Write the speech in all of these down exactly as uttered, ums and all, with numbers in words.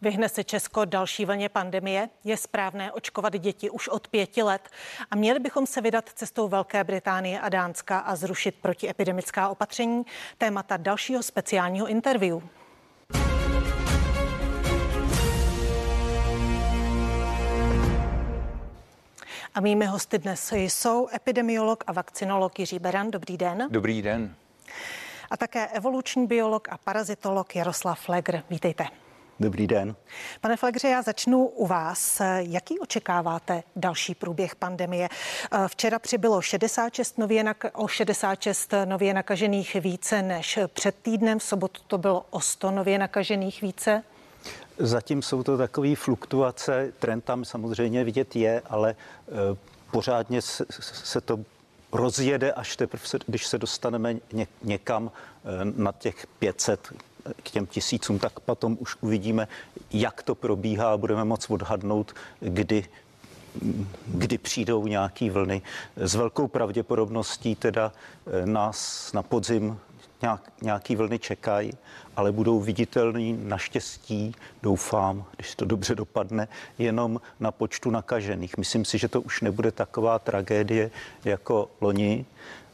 Vyhne se Česko další vlně pandemie? Je správné očkovat děti už od pěti let? A měli bychom se vydat cestou Velké Británie a Dánska a zrušit protiepidemická opatření? Témata dalšího speciálního interview. A mými hosty dnes jsou epidemiolog a vakcinolog Jiří Beran. Dobrý den. Dobrý den. A také evoluční biolog a parazitolog Jaroslav Flegr. Vítejte. Dobrý den. Pane Flegře, já začnu u vás. Jaký očekáváte další průběh pandemie? Včera přibylo šedesát šest nově nak- o šedesát šest nově nakažených více než před týdnem. V sobotu to bylo o sto nově nakažených více. Zatím jsou to takové fluktuace. Trend tam samozřejmě vidět je, ale e, pořádně se, se to rozjede, až teprve, se, když se dostaneme ně, někam e, na těch pět set k těm tisícům, tak potom už uvidíme, jak to probíhá a budeme moct odhadnout, kdy, kdy přijdou nějaký vlny. S velkou pravděpodobností teda e, nás na podzim nějak, nějaký vlny čekají, ale budou viditelný naštěstí, doufám, když to dobře dopadne, jenom na počtu nakažených. Myslím si, že to už nebude taková tragédie jako loni,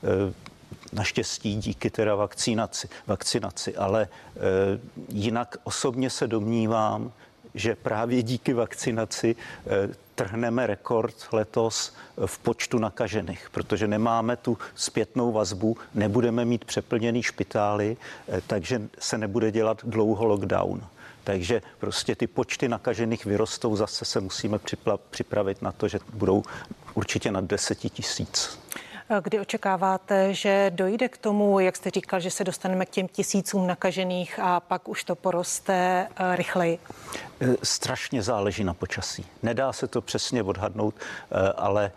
naštěstí díky teda vakcinaci, vakcinaci. Ale jinak osobně se domnívám, že právě díky vakcinaci trhneme rekord letos v počtu nakažených, protože nemáme tu zpětnou vazbu, nebudeme mít přeplněný špitály, takže se nebude dělat dlouho lockdown. Takže prostě ty počty nakažených vyrostou, zase se musíme připravit na to, že budou určitě nad deseti tisíc. Kdy očekáváte, že dojde k tomu, jak jste říkal, že se dostaneme k těm tisícům nakažených a pak už to poroste rychleji? Strašně záleží na počasí. Nedá se to přesně odhadnout, ale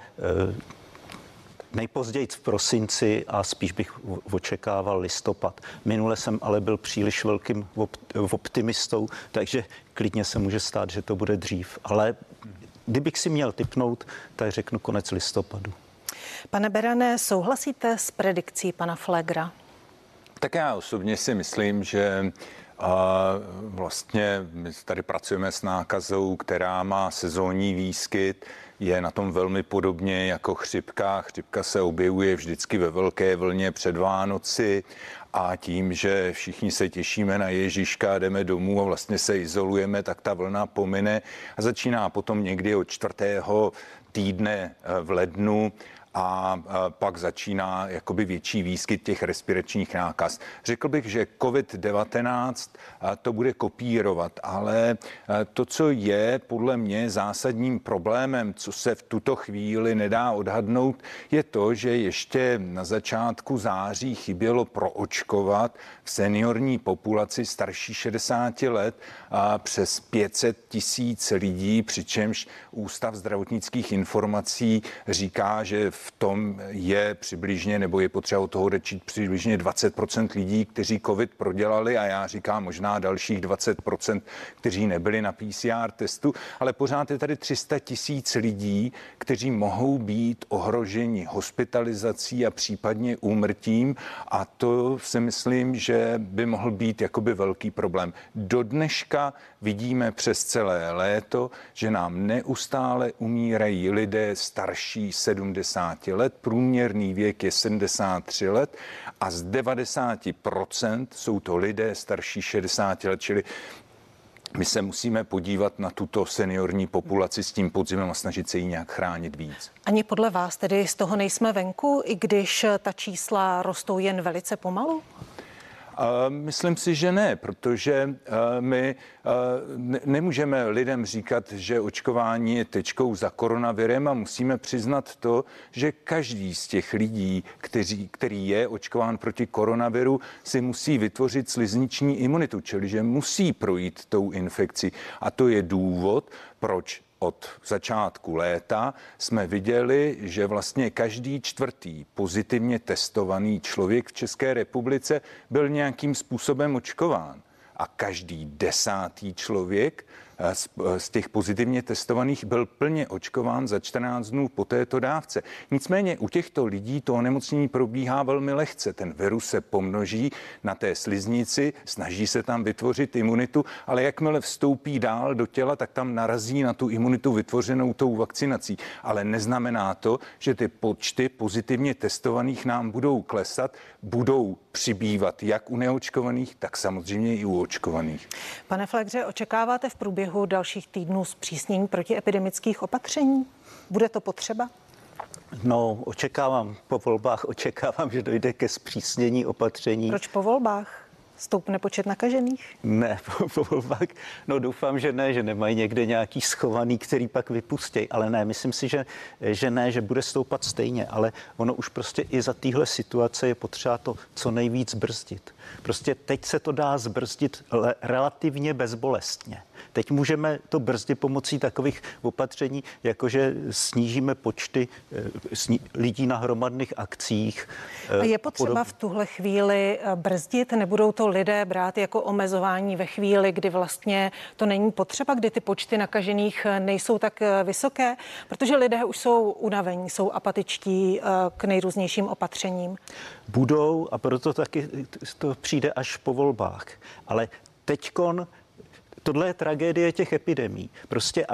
nejpozději v prosinci a spíš bych očekával listopad. Minule jsem ale byl příliš velkým optimistou, takže klidně se může stát, že to bude dřív. Ale kdybych si měl tipnout, tak řeknu konec listopadu. Pane Berane, souhlasíte s predikcí pana Flegra? Tak já osobně si myslím, že a vlastně my tady pracujeme s nákazou, která má sezónní výskyt, je na tom velmi podobně jako chřipka. Chřipka se objevuje vždycky ve velké vlně před Vánoci a tím, že všichni se těšíme na Ježíška, jdeme domů a vlastně se izolujeme, tak ta vlna pomine a začíná potom někdy od čtvrtého týdne v lednu a pak začíná jakoby větší výskyt těch respiračních nákaz. Řekl bych, že covid devatenáct to bude kopírovat, ale to, co je podle mě zásadním problémem, co se v tuto chvíli nedá odhadnout, je to, že ještě na začátku září chybělo proočkovat v seniorní populaci starší šedesáti let přes pět set tisíc lidí, přičemž Ústav zdravotnických informací říká, že v tom je přibližně, nebo je potřeba od toho odečít přibližně dvacet procent lidí, kteří covid prodělali a já říkám možná dalších dvacet procent, kteří nebyli na P C R testu, ale pořád je tady tři sta tisíc lidí, kteří mohou být ohroženi hospitalizací a případně úmrtím a to si myslím, že by mohl být jakoby velký problém. Do dneška vidíme přes celé léto, že nám neustále umírají lidé starší sedmdesáti let, průměrný věk je sedmdesát tři let a z devadesát procent jsou to lidé starší šedesáti let, čili my se musíme podívat na tuto seniorní populaci s tím podzimem a snažit se ji nějak chránit víc. Ani podle vás tedy z toho nejsme venku, i když ta čísla rostou jen velice pomalu? Myslím si, že ne, protože my nemůžeme lidem říkat, že očkování je tečkou za koronavirem a musíme přiznat to, že každý z těch lidí, kteří, který je očkován proti koronaviru, si musí vytvořit slizniční imunitu, čili že musí projít tou infekcí. A to je důvod, proč od začátku léta jsme viděli, že vlastně každý čtvrtý pozitivně testovaný člověk v České republice byl nějakým způsobem očkován. A každý desátý člověk z, z těch pozitivně testovaných byl plně očkován za čtrnáct dnů po této dávce. Nicméně u těchto lidí to onemocnění probíhá velmi lehce. Ten virus se pomnoží na té sliznici, snaží se tam vytvořit imunitu, ale jakmile vstoupí dál do těla, tak tam narazí na tu imunitu vytvořenou tou vakcinací. Ale neznamená to, že ty počty pozitivně testovaných nám budou klesat, budou přibývat jak u neočkovaných, tak samozřejmě i u očkovaných. Pane Flegře, očekáváte v průběhu dalších týdnů zpřísnění protiepidemických opatření? Bude to potřeba? No, očekávám po volbách, očekávám, že dojde ke zpřísnění opatření. Proč po volbách? Stoupne počet nakažených? Ne, po, po volbách, no doufám, že ne, že nemají někde nějaký schovaný, který pak vypustějí, ale ne, myslím si, že, že ne, že bude stoupat stejně, ale ono už prostě i za téhle situace je potřeba to co nejvíc brzdit. Prostě teď se to dá zbrzdit le, relativně bezbolestně. Teď můžeme to brzdit pomocí takových opatření, jakože snížíme počty sní, lidí na hromadných akcích. A je potřeba v tuhle chvíli brzdit? Nebudou to lidé brát jako omezování ve chvíli, kdy vlastně to není potřeba, kdy ty počty nakažených nejsou tak vysoké? Protože lidé už jsou unavení, jsou apatičtí k nejrůznějším opatřením. Budou a proto taky to přijde až po volbách. Ale teďkon tohle je tragédie těch epidemií. Prostě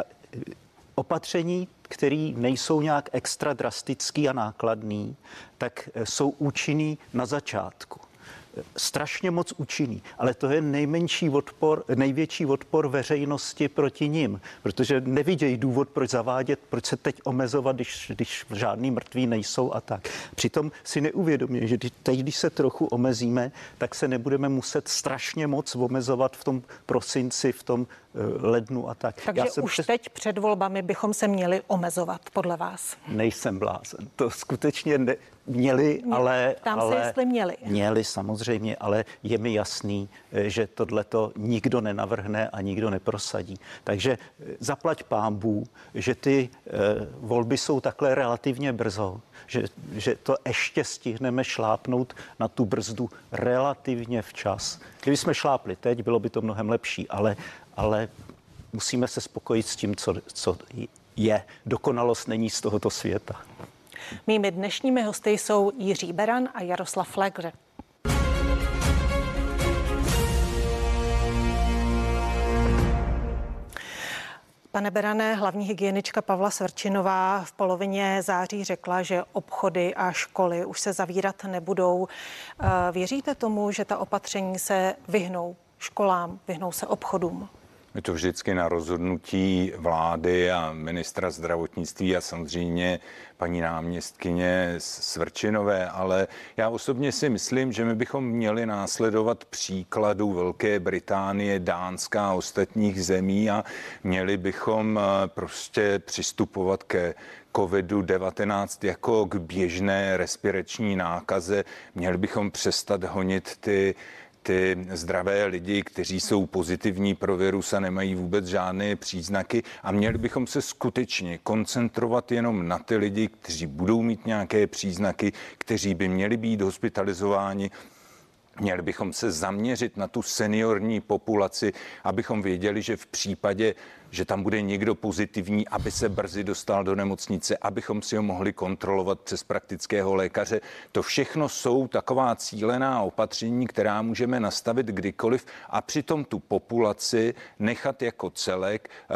opatření, které nejsou nějak extra drastický a nákladný, tak jsou účinný na začátku. Strašně moc účinný, ale to je nejmenší odpor, největší odpor veřejnosti proti nim, protože nevidějí důvod, proč zavádět, proč se teď omezovat, když, když žádný mrtví nejsou a tak. Přitom si neuvědomí, že teď, když se trochu omezíme, tak se nebudeme muset strašně moc omezovat v tom prosinci, v tom uh, lednu a tak. Takže Já už přes... teď před volbami bychom se měli omezovat, podle vás? Nejsem blázen. To skutečně ne... Měli, ale... Tam ale se, jestli měli. Měli samozřejmě, ale je mi jasný, že tohleto nikdo nenavrhne a nikdo neprosadí. Takže zaplať pánbů, že ty e, volby jsou takhle relativně brzo, že, že to ještě stihneme šlápnout na tu brzdu relativně včas. Kdyby jsme šlápli teď, bylo by to mnohem lepší, ale, ale musíme se spokojit s tím, co, co je. Dokonalost není z tohoto světa. Mými dnešními hosty jsou Jiří Beran a Jaroslav Flegr. Pane Berane, hlavní hygienička Pavla Svrčinová v polovině září řekla, že obchody a školy už se zavírat nebudou. Věříte tomu, že ta opatření se vyhnou školám, vyhnou se obchodům? Je to vždycky na rozhodnutí vlády a ministra zdravotnictví a samozřejmě paní náměstkyně Svrčinové, ale já osobně si myslím, že my bychom měli následovat příkladu Velké Británie, Dánska a ostatních zemí a měli bychom prostě přistupovat ke kovidu devatenáct jako k běžné respirační nákaze. Měli bychom přestat honit ty ty zdravé lidi, kteří jsou pozitivní pro virus a nemají vůbec žádné příznaky a měli bychom se skutečně koncentrovat jenom na ty lidi, kteří budou mít nějaké příznaky, kteří by měli být hospitalizováni. Měli bychom se zaměřit na tu seniorní populaci, abychom věděli, že v případě, že tam bude někdo pozitivní, aby se brzy dostal do nemocnice, abychom si ho mohli kontrolovat přes praktického lékaře. To všechno jsou taková cílená opatření, která můžeme nastavit kdykoliv a přitom tu populaci nechat jako celek uh,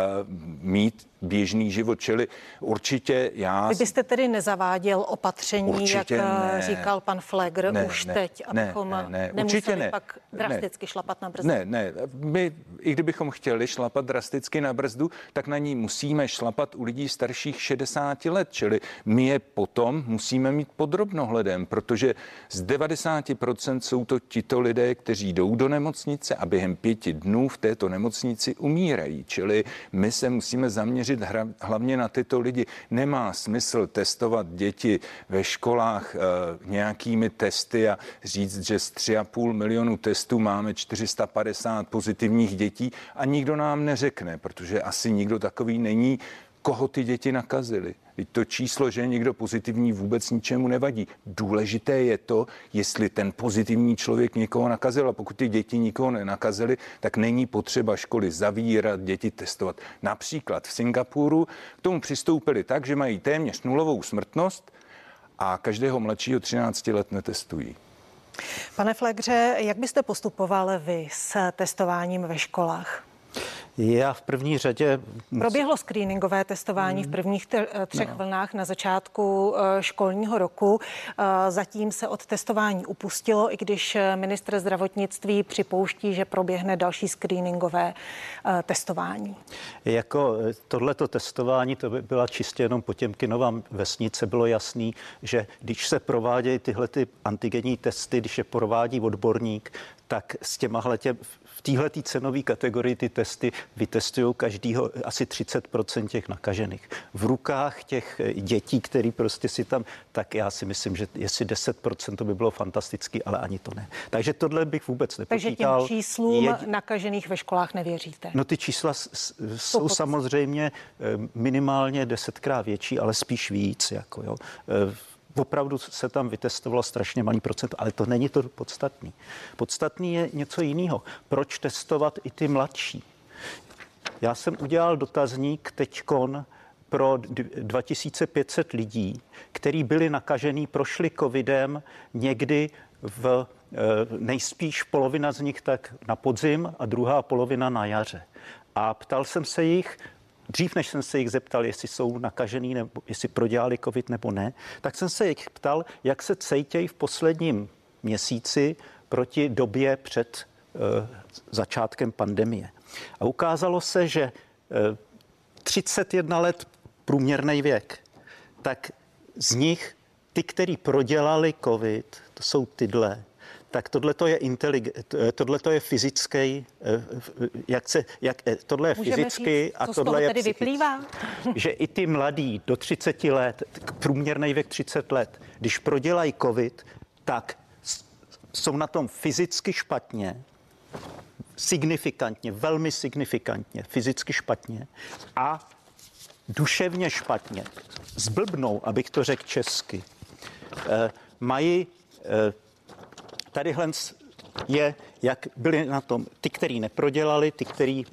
mít běžný život, čili určitě já... Vy byste tedy nezaváděl opatření, určitě jak ne. říkal pan Flegr, ne, už ne, teď, abychom ne, ne, ne, nemuseli ne, pak drasticky ne, šlapat na brzdu? Ne, ne, my, i kdybychom chtěli šlapat drasticky na brzdu, tak na ní musíme šlapat u lidí starších šedesáti let, čili my je potom musíme mít pod drobnohledem, protože z devadesáti procent jsou to tito lidé, kteří jdou do nemocnice a během pěti dnů v této nemocnici umírají, čili my se musíme zaměřit hra, hlavně na tyto lidi. Nemá smysl testovat děti ve školách e, nějakými testy a říct, že z tři a půl milionu testů máme čtyři sta padesát pozitivních dětí a nikdo nám neřekne, protože asi nikdo takový není koho ty děti nakazily. Teď to číslo, že je někdo pozitivní, vůbec ničemu nevadí. Důležité je to, jestli ten pozitivní člověk někoho nakazil, a pokud ty děti nikoho nenakazily, tak není potřeba školy zavírat, děti testovat. Například v Singapuru k tomu přistoupili tak, že mají téměř nulovou smrtnost a každého mladšího třinácti let netestují. Pane Pflegere, jak byste postupoval vy s testováním ve školách? Já v první řadě... Proběhlo screeningové testování v prvních te- třech no. vlnách na začátku školního roku. Zatím se od testování upustilo, i když ministr zdravotnictví připouští, že proběhne další screeningové testování. Jako tohleto testování, to by byla čistě jenom Potěmkinova vesnice, bylo jasný, že když se provádějí tyhle ty antigenní testy, když je provádí odborník, tak s těmahle tě, v téhletý cenové kategorii ty testy vytestují každýho asi třicet procent těch nakažených. V rukách těch dětí, který prostě si tam, tak já si myslím, že jestli deset procent to by bylo fantastický, ale ani to ne. Takže tohle bych vůbec nepočítal. Takže těm číslům je... nakažených ve školách nevěříte? No ty čísla s, s, jsou samozřejmě minimálně desetkrát větší, ale spíš víc, jako jo. Opravdu se tam vytestovalo strašně malý procent, ale to není to podstatný. Podstatný je něco jiného. Proč testovat i ty mladší? Já jsem udělal dotazník teďkon pro dva tisíce pět set lidí, kteří byli nakažený, prošli covidem někdy v nejspíš polovina z nich tak na podzim a druhá polovina na jaře. A ptal jsem se jich, dřív než jsem se jich zeptal, jestli jsou nakažený, nebo jestli prodělali covid nebo ne, tak jsem se jich ptal, jak se cítějí v posledním měsíci proti době před uh, začátkem pandemie. A ukázalo se, že uh, třicet jedna let průměrný věk, tak z nich ty, kteří prodělali covid, to jsou tyhle, tak tohle to je inteligent, tohle to je fyzický, jak se, jak, tohle je Můžeme fyzicky říct, a co tohle z toho je tedy psychický. vyplývá? Že i ty mladí do třiceti let, průměrný věk třicet let, když prodělají covid, tak jsou na tom fyzicky špatně, signifikantně, velmi signifikantně, fyzicky špatně a duševně špatně. Zblbnou, abych to řekl česky. E, mají e, tadyhle je, jak byli na tom ty, který neprodělali, ty, který,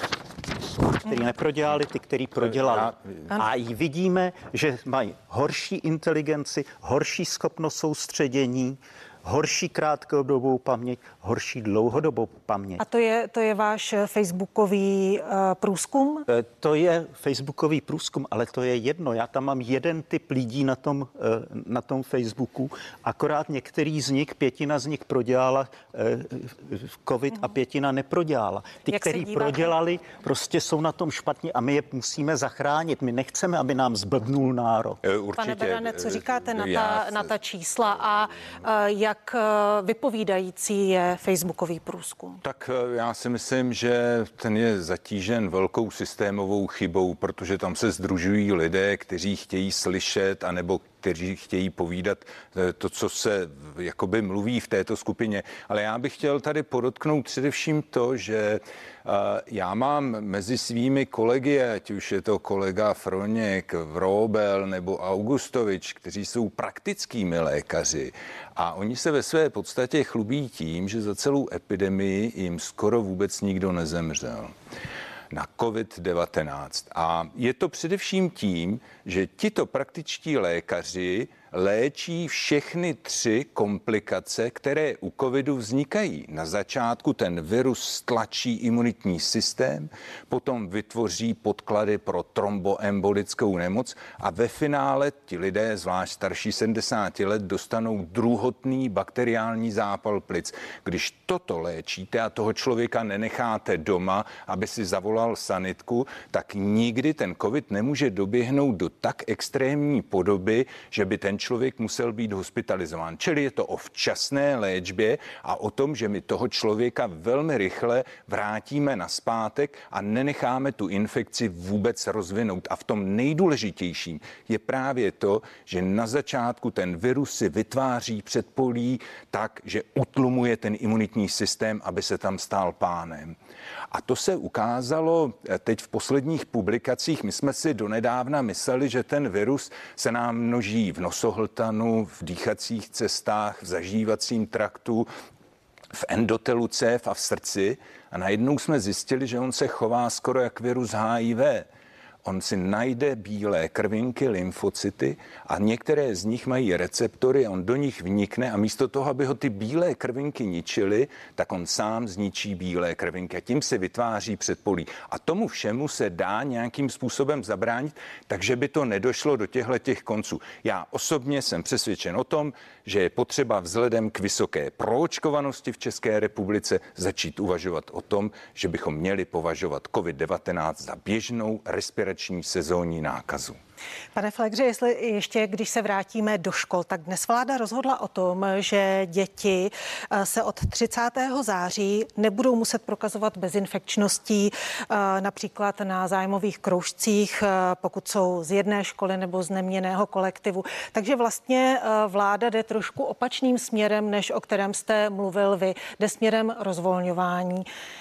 který neprodělali, ty, který prodělali. A i vidíme, že mají horší inteligenci, horší schopnost soustředění, horší krátkodobou paměť, horší dlouhodobou paměť. A to je, to je váš facebookový uh, průzkum? To je facebookový průzkum, ale to je jedno. Já tam mám jeden typ lidí na tom, uh, na tom Facebooku, akorát některý z nich, pětina z nich prodělala uh, covid a pětina neprodělala. Ty, kteří prodělali, prostě jsou na tom špatně a my je musíme zachránit. My nechceme, aby nám zblbnul národ. Určitě. Pane Berane, co říkáte na ta, na ta čísla a uh, jak Jak vypovídající je facebookový průzkum? Tak já si myslím, že ten je zatížen velkou systémovou chybou, protože tam se sdružují lidé, kteří chtějí slyšet anebo kteří chtějí povídat to, co se jakoby mluví v této skupině. Ale já bych chtěl tady podotknout především to, že já mám mezi svými kolegy, ať už je to kolega Froněk, Vrobel nebo Augustovič, kteří jsou praktickými lékaři a oni se ve své podstatě chlubí tím, že za celou epidemii jim skoro vůbec nikdo nezemřel na covid devatenáct. A je to především tím, že tito praktičtí lékaři léčí všechny tři komplikace, které u covidu vznikají. Na začátku ten virus stlačí imunitní systém, potom vytvoří podklady pro tromboembolickou nemoc a ve finále ti lidé, zvlášť starší sedmdesáti let, dostanou druhotný bakteriální zápal plic. Když toto léčíte a toho člověka nenecháte doma, aby si zavolal sanitku, tak nikdy ten covid nemůže doběhnout do tak extrémní podoby, že by ten ten člověk musel být hospitalizován. Čili je to o včasné léčbě a o tom, že my toho člověka velmi rychle vrátíme nazpátek a nenecháme tu infekci vůbec rozvinout. A v tom nejdůležitějším je právě to, že na začátku ten virus si vytváří předpolí tak, že utlumuje ten imunitní systém, aby se tam stál pánem. A to se ukázalo teď v posledních publikacích. My jsme si donedávna mysleli, že ten virus se nám množí v nosohltanu, v dýchacích cestách, v zažívacím traktu, v endotelu cév a v srdci. A najednou jsme zjistili, že on se chová skoro jak virus H I V. On si najde bílé krvinky, lymfocyty a některé z nich mají receptory, on do nich vnikne a místo toho, aby ho ty bílé krvinky ničily, tak on sám zničí bílé krvinky a tím se vytváří předpolí. A tomu všemu se dá nějakým způsobem zabránit, takže by to nedošlo do těchto těch konců. Já osobně jsem přesvědčen o tom, že je potřeba vzhledem k vysoké proočkovanosti v České republice začít uvažovat o tom, že bychom měli považovat covid devatenáct za běžnou respirační sezónní nákazu. Pane Flegře, jestli ještě, když se vrátíme do škol, tak dnes vláda rozhodla o tom, že děti se od třicátého září nebudou muset prokazovat bezinfekčností, například na zájmových kroužcích, pokud jsou z jedné školy nebo z neměnného kolektivu. Takže vlastně vláda jde trošku opačným směrem, než o kterém jste mluvil vy, jde směrem rozvolňování.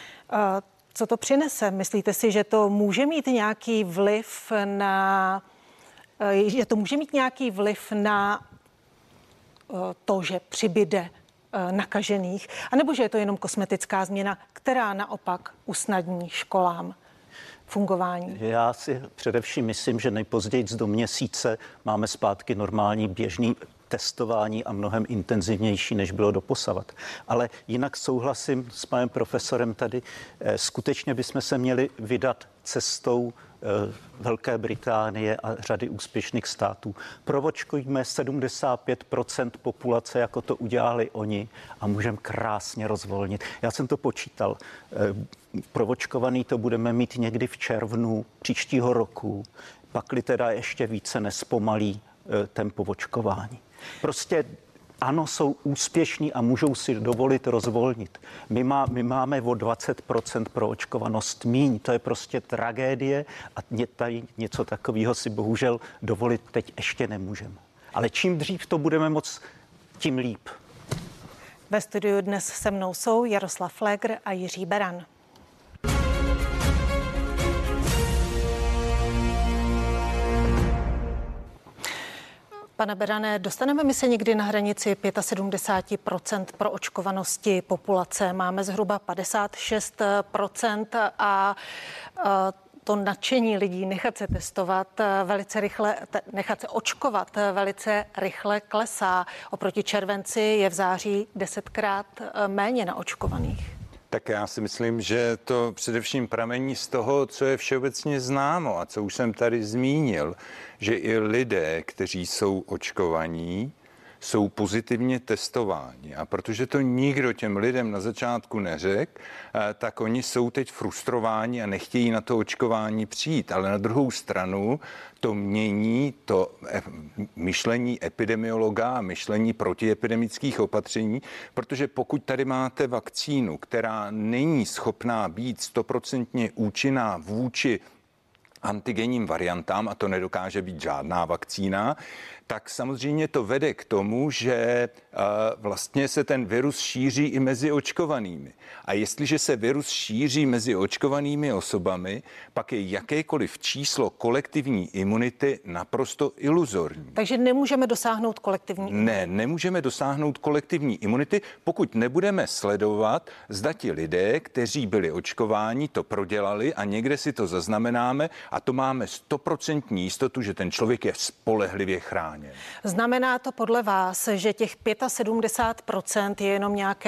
Co to přinese? Myslíte si, že to může mít nějaký vliv na, že to může mít nějaký vliv na to, že přibyde nakažených, anebo že je to jenom kosmetická změna, která naopak usnadní školám fungování? Já si především myslím, že nejpozději do měsíce máme zpátky normální běžný testování a mnohem intenzivnější, než bylo doposavat. Ale jinak souhlasím s panem profesorem tady. Skutečně bychom se měli vydat cestou Velké Británie a řady úspěšných států. Provočkujme sedmdesát pět procent populace, jako to udělali oni, a můžeme krásně rozvolnit. Já jsem to počítal. Provočkovaný to budeme mít někdy v červnu příštího roku, pakli teda ještě více nespomalí tempo očkování. Prostě ano, jsou úspěšní a můžou si dovolit rozvolnit. My, má, my máme o dvacet procent proočkovanost míň. To je prostě tragédie a ně, tady něco takového si bohužel dovolit teď ještě nemůžeme. Ale čím dřív to budeme moc, tím líp. Ve studiu dnes se mnou jsou Jaroslav Flegr a Jiří Beran. Pane Berané, dostaneme my se někdy na hranici sedmdesát pět procent proočkovanosti populace. Máme zhruba padesát šest procent a to nadšení lidí nechat se testovat velice rychle, nechat se očkovat velice rychle klesá. Oproti červenci je v září desetkrát méně naočkovaných. Tak já si myslím, že to především pramení z toho, co je všeobecně známo a co už jsem tady zmínil, že i lidé, kteří jsou očkovaní, jsou pozitivně testováni. A protože to nikdo těm lidem na začátku neřekl, tak oni jsou teď frustrováni a nechtějí na to očkování přijít. Ale na druhou stranu to mění to myšlení epidemiologa a myšlení protiepidemických opatření, protože pokud tady máte vakcínu, která není schopná být stoprocentně účinná vůči antigenním variantám, a to nedokáže být žádná vakcína, tak samozřejmě to vede k tomu, že uh, vlastně se ten virus šíří i mezi očkovanými. A jestliže se virus šíří mezi očkovanými osobami, pak je jakékoliv číslo kolektivní imunity naprosto iluzorní. Takže nemůžeme dosáhnout kolektivní imunity? Ne, nemůžeme dosáhnout kolektivní imunity, pokud nebudeme sledovat, zda ti lidé, kteří byli očkováni, to prodělali a někde si to zaznamenáme a to máme stoprocentní jistotu, že ten člověk je spolehlivě chráněn. Znamená to podle vás, že těch sedmdesát pět procent je jenom nějaké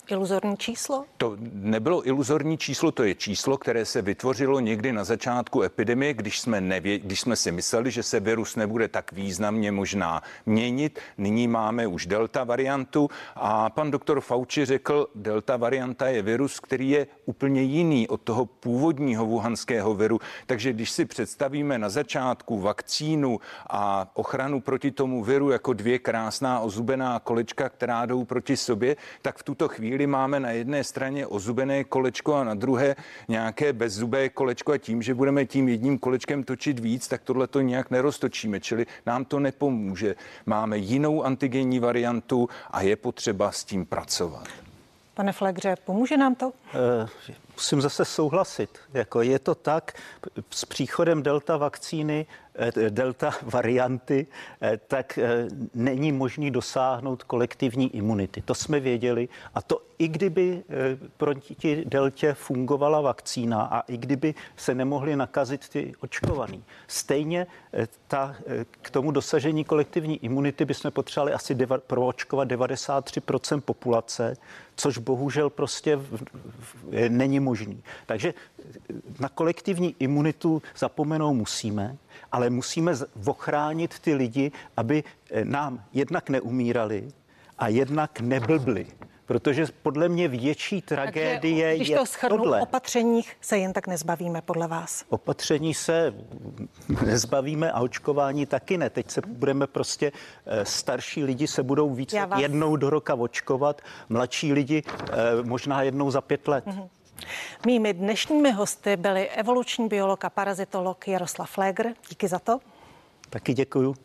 Iluzorní číslo? To nebylo iluzorní číslo, to je číslo, které se vytvořilo někdy na začátku epidemie, když jsme, nevě, když jsme si mysleli, že se virus nebude tak významně možná měnit. Nyní máme už delta variantu a pan doktor Fauci řekl, delta varianta je virus, který je úplně jiný od toho původního wuhanského viru. Takže když si představíme na začátku vakcínu a ochranu proti tomu viru jako dvě krásná ozubená kolečka, která jdou proti sobě, tak v tuto chvíli máme na jedné straně ozubené kolečko a na druhé nějaké bezzubé kolečko a tím, že budeme tím jedním kolečkem točit víc, tak tohle to nějak neroztočíme, čili nám to nepomůže. Máme jinou antigenní variantu a je potřeba s tím pracovat. Pane Flegře, pomůže nám to? Uh, musím zase souhlasit. Jako je to tak, s příchodem delta vakcíny, delta varianty, tak není možný dosáhnout kolektivní imunity. To jsme věděli a to i kdyby proti deltě fungovala vakcína a i kdyby se nemohli nakazit ty očkovaný. Stejně ta, k tomu dosažení kolektivní imunity bychom potřebovali asi deva, proočkovat devadesát tři procent populace, což bohužel prostě v, v, není možný. Takže na kolektivní imunitu zapomenout musíme, ale musíme ochránit ty lidi, aby nám jednak neumírali a jednak neblbli. Protože podle mě větší tragédie Takže, když je to shrnu, tohle. Opatřeních se jen tak nezbavíme podle vás. Opatření se nezbavíme a očkování taky ne. Teď se budeme prostě, starší lidi se budou víc vás... jednou do roka očkovat, mladší lidi možná jednou za pět let. Mm-hmm. Mými dnešními hosty byli evoluční biolog a parazitolog Jaroslav Flegr. Díky za to. Taky děkuju.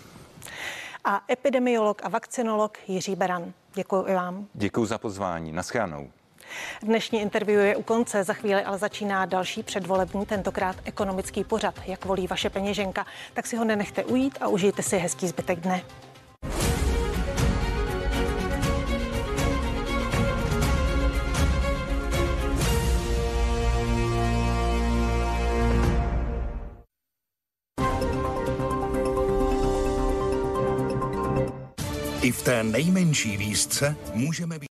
A epidemiolog a vakcinolog Jiří Beran. Děkuji i vám. Děkuji za pozvání. Naschledanou. Dnešní interview je u konce, za chvíli ale začíná další předvolební, tentokrát ekonomický pořad. Jak volí vaše peněženka, tak si ho nenechte ujít a užijte si hezký zbytek dne. I v té nejmenší výzce můžeme být